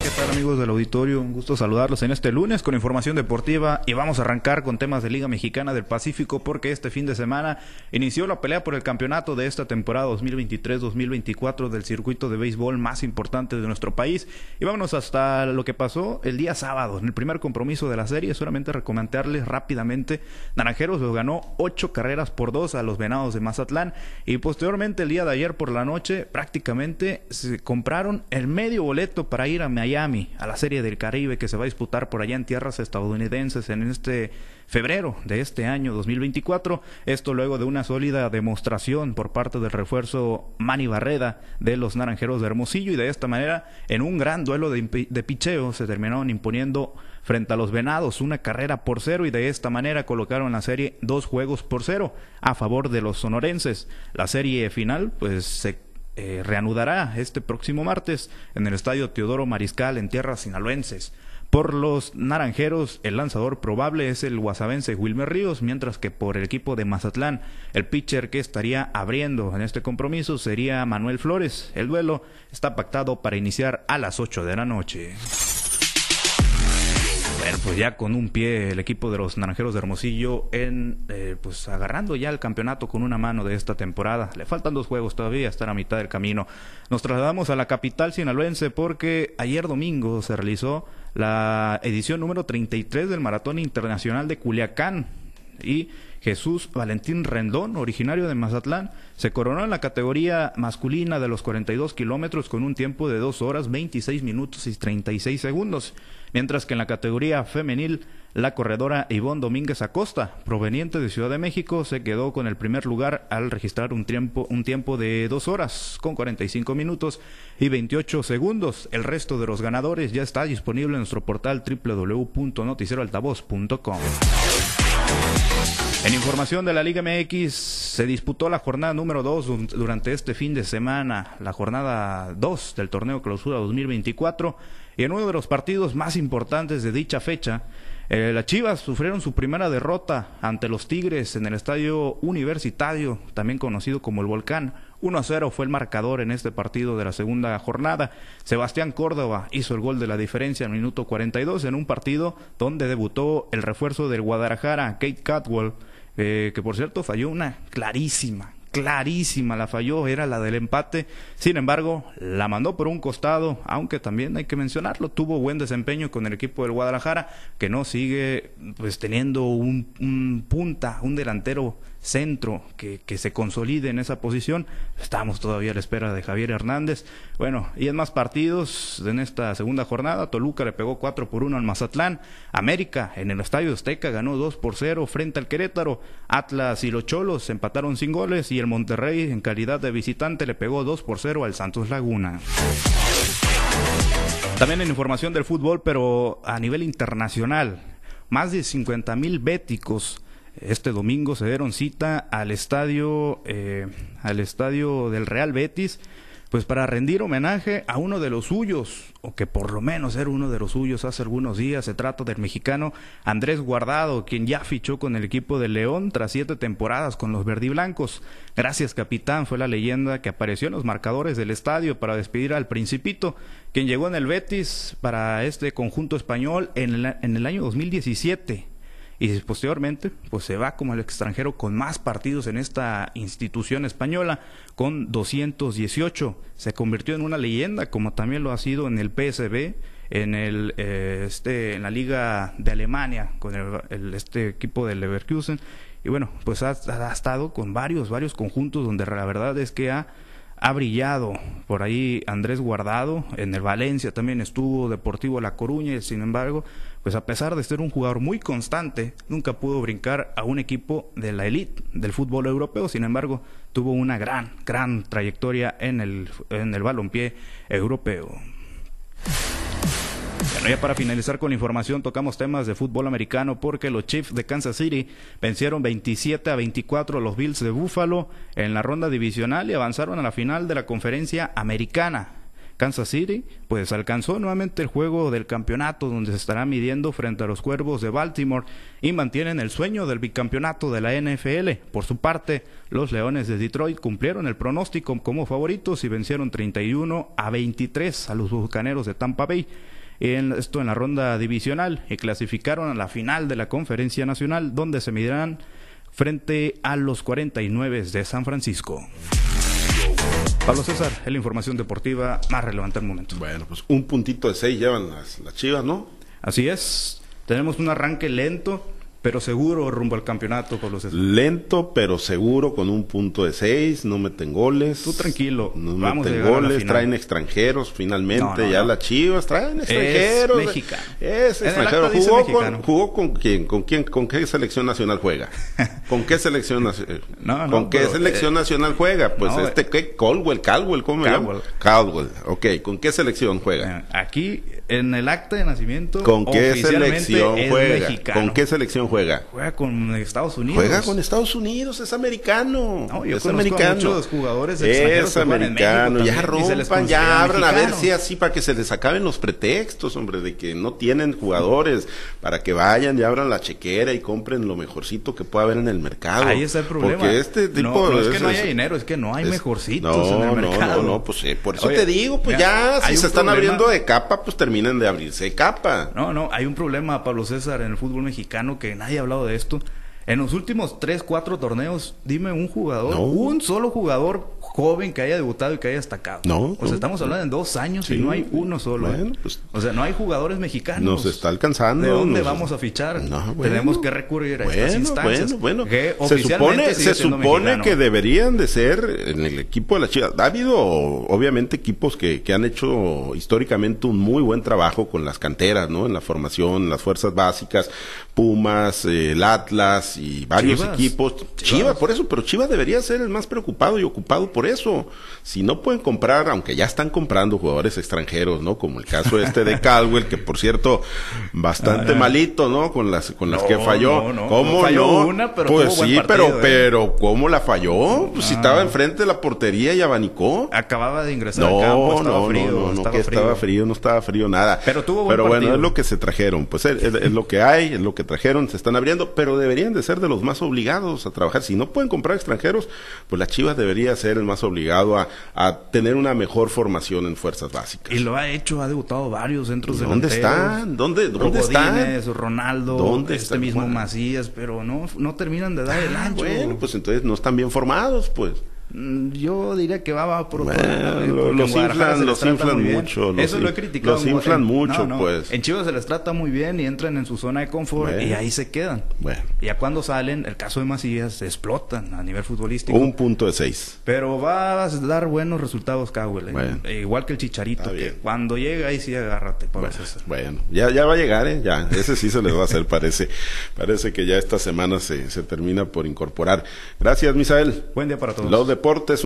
¿qué tal, amigos del auditorio? Un gusto saludarlos en este lunes con información deportiva y vamos a arrancar con temas de Liga Mexicana del Pacífico porque este fin de semana inició la pelea por el campeonato de esta temporada 2023-2024 del circuito de béisbol más importante de nuestro país. Y vámonos hasta lo que pasó el día sábado, en el primer compromiso de la serie. Solamente recomendarles rápidamente, Naranjeros lo ganó 8-2 a los Venados de Mazatlán y posteriormente el día de ayer por la noche prácticamente se compraron el medio boleto para ir a Miami, a la Serie del Caribe que se va a disputar por allá en tierras estadounidenses en este febrero de este año 2024. Esto luego de una sólida demostración por parte del refuerzo Manny Barreda de los Naranjeros de Hermosillo, y de esta manera en un gran duelo de picheo se terminaron imponiendo frente a los Venados 1-0, y de esta manera colocaron la serie 2-0 a favor de los sonorenses. La serie final pues se reanudará este próximo martes en el estadio Teodoro Mariscal en tierras sinaloenses. Por los Naranjeros, el lanzador probable es el guasavense Wilmer Ríos, mientras que por el equipo de Mazatlán, el pitcher que estaría abriendo en este compromiso sería Manuel Flores. El duelo está pactado para iniciar a las 8 de la noche. Bueno, pues ya con un pie el equipo de los Naranjeros de Hermosillo pues agarrando ya el campeonato con una mano de esta temporada. Le faltan 2 juegos todavía, estar a mitad del camino. Nos trasladamos a la capital sinaloense porque ayer domingo se realizó la edición número 33 del Maratón Internacional de Culiacán y Jesús Valentín Rendón, originario de Mazatlán, se coronó en la categoría masculina de los 42 kilómetros con un tiempo de 2 horas, 26 minutos y 36 segundos, mientras que en la categoría femenil, la corredora Ivonne Domínguez Acosta, proveniente de Ciudad de México, se quedó con el primer lugar al registrar un tiempo de 2 horas con 45 minutos y 28 segundos. El resto de los ganadores ya está disponible en nuestro portal www.noticieroaltavoz.com. En información de la Liga MX, se disputó la jornada número 2 durante este fin de semana, la jornada 2 del torneo Clausura 2024, y en uno de los partidos más importantes de dicha fecha, las Chivas sufrieron su primera derrota ante los Tigres en el estadio Universitario, también conocido como el Volcán. 1-0 fue el marcador en este partido de la segunda jornada. Sebastián Córdoba hizo el gol de la diferencia en el minuto 42 en un partido donde debutó el refuerzo del Guadalajara, Kate Catwell, que por cierto falló una clarísima la falló, era la del empate. Sin embargo, la mandó por un costado, aunque también hay que mencionarlo, tuvo buen desempeño con el equipo del Guadalajara, que no sigue pues teniendo un punta, un delantero centro que se consolide en esa posición. Estamos todavía a la espera de Javier Hernández. Bueno, y en más partidos en esta segunda jornada, Toluca le pegó 4-1 al Mazatlán. América en el Estadio Azteca ganó 2-0 frente al Querétaro. Atlas y los Cholos empataron sin goles y el Monterrey en calidad de visitante le pegó 2-0 al Santos Laguna. También en información del fútbol, pero a nivel internacional, más de 50,000 béticos este domingo se dieron cita al estadio del Real Betis, pues para rendir homenaje a uno de los suyos, o que por lo menos era uno de los suyos hace algunos días. Se trata del mexicano Andrés Guardado, quien ya fichó con el equipo de León tras 7 temporadas con los verdiblancos. Gracias, capitán, fue la leyenda que apareció en los marcadores del estadio para despedir al Principito, quien llegó en el Betis para este conjunto español en el año 2017. Y posteriormente pues se va como el extranjero con más partidos en esta institución española, con 218. Se convirtió en una leyenda, como también lo ha sido en el PSV, en la Liga de Alemania, con este equipo del Leverkusen. Y bueno, pues ha estado con varios conjuntos donde la verdad es que ha brillado. Por ahí Andrés Guardado, en el Valencia también estuvo, Deportivo La Coruña, y sin embargo, pues a pesar de ser un jugador muy constante, nunca pudo brincar a un equipo de la élite del fútbol europeo. Sin embargo, tuvo una gran trayectoria en el balompié europeo. Bueno, ya para finalizar con la información, tocamos temas de fútbol americano porque los Chiefs de Kansas City vencieron 27-24 a los Bills de Buffalo en la ronda divisional y avanzaron a la final de la conferencia americana. Kansas City pues alcanzó nuevamente el juego del campeonato, donde se estará midiendo frente a los Cuervos de Baltimore, y mantienen el sueño del bicampeonato de la NFL. Por su parte, los Leones de Detroit cumplieron el pronóstico como favoritos y vencieron 31-23 a los Bucaneros de Tampa Bay. esto en la ronda divisional, y clasificaron a la final de la Conferencia Nacional, donde se medirán frente a los 49 de San Francisco. Pablo César, es la información deportiva más relevante al momento. Bueno, pues un puntito de 6 llevan las Chivas, ¿no? Así es, tenemos un arranque lento, pero seguro rumbo al campeonato, Pablo César. Lento, pero seguro, con un punto de 6, no meten goles. Tú tranquilo, no vamos meten a llegar goles, a la final. traen extranjeros, finalmente, No, ya las Chivas traen extranjeros. Es mexicano. Es En el extranjero. acta dice mexicano. ¿Jugó con quién? ¿Con qué selección nacional juega? ¿Con qué selección nacional? ¿Con qué selección nacional juega? Pues no, ¿qué? Caldwell, ¿cómo se llama? Caldwell, ok. ¿Con qué selección juega? Aquí, en el acta de nacimiento, ¿Con qué oficialmente selección es juega? mexicano. ¿Con qué selección juega? Juega con Estados Unidos. Juega con Estados Unidos, es americano. No, yo es conozco americano. a muchos jugadores extranjeros es que juegan en americano. México Ya también, y se les rompan, ya considera abran, a ver mexicano. si así para que se les acaben los pretextos, hombre, de que no tienen jugadores, para que vayan y abran la chequera y compren lo mejorcito que pueda haber en el mercado. Ahí está el problema. Porque este tipo no es que no haya dinero, es que no hay mejorcitos en el mercado. No, pues por eso Oye, te digo, pues ya, hay si un se están problema. abriendo de capa, pues terminen de abrirse de capa. No, hay un problema, Pablo César, en el fútbol mexicano, que nadie ha hablado de esto. En los últimos 3, 4 torneos, dime un jugador, un solo jugador joven que haya debutado y que haya destacado. Estamos hablando en 2 años y no hay uno solo. Bueno, pues, o sea, no hay jugadores mexicanos. Nos está alcanzando. ¿De dónde vamos a fichar? Tenemos que recurrir a estas instancias. Bueno. Que Se supone que deberían de ser en el equipo de la Chivas. Ha habido, obviamente, equipos que han hecho históricamente un muy buen trabajo con las canteras, ¿no? En la formación, las fuerzas básicas, Pumas, el Atlas y varios equipos. Chivas, por eso, pero Chivas debería ser el más preocupado y ocupado por eso. Si no pueden comprar, aunque ya están comprando jugadores extranjeros, ¿no? Como el caso de Caldwell, que por cierto, bastante malito, ¿no? Con las que falló. ¿Cómo falló no? una, pero pues tuvo sí, buen partido, pero ¿cómo la falló? Pues si estaba enfrente de la portería y abanicó. Acababa de ingresar al campo, estaba frío. No estaba frío nada. Pero tuvo buen partido. Bueno, es lo que se trajeron. Pues es lo que hay, es lo que trajeron, se están abriendo, pero deberían de ser de los más obligados a trabajar. Si no pueden comprar extranjeros, pues la Chivas debería ser el más obligado a tener una mejor formación en fuerzas básicas. Y lo ha hecho, ha debutado varios centros delanteros. ¿Dónde están? Ronaldo, mismo Macías, pero no terminan de dar el ancho. Bueno, pues entonces no están bien formados, pues. Yo diría que va por otro lado. Los inflan mucho. Eso lo he criticado. Los inflan mucho, pues. En Chivas se les trata muy bien y entran en su zona de confort y ahí se quedan. Y ya cuando salen, el caso de Macías, explotan a nivel futbolístico. Un punto de 6. Pero va a dar buenos resultados Caldwell. Igual que el Chicharito, que cuando llega ahí sí agárrate, Pablo César. Bueno, ya va a llegar, ya. Ese sí se les va a hacer, parece. Parece que ya esta semana se termina por incorporar. Gracias, Misael. Buen día para todos. Deportes.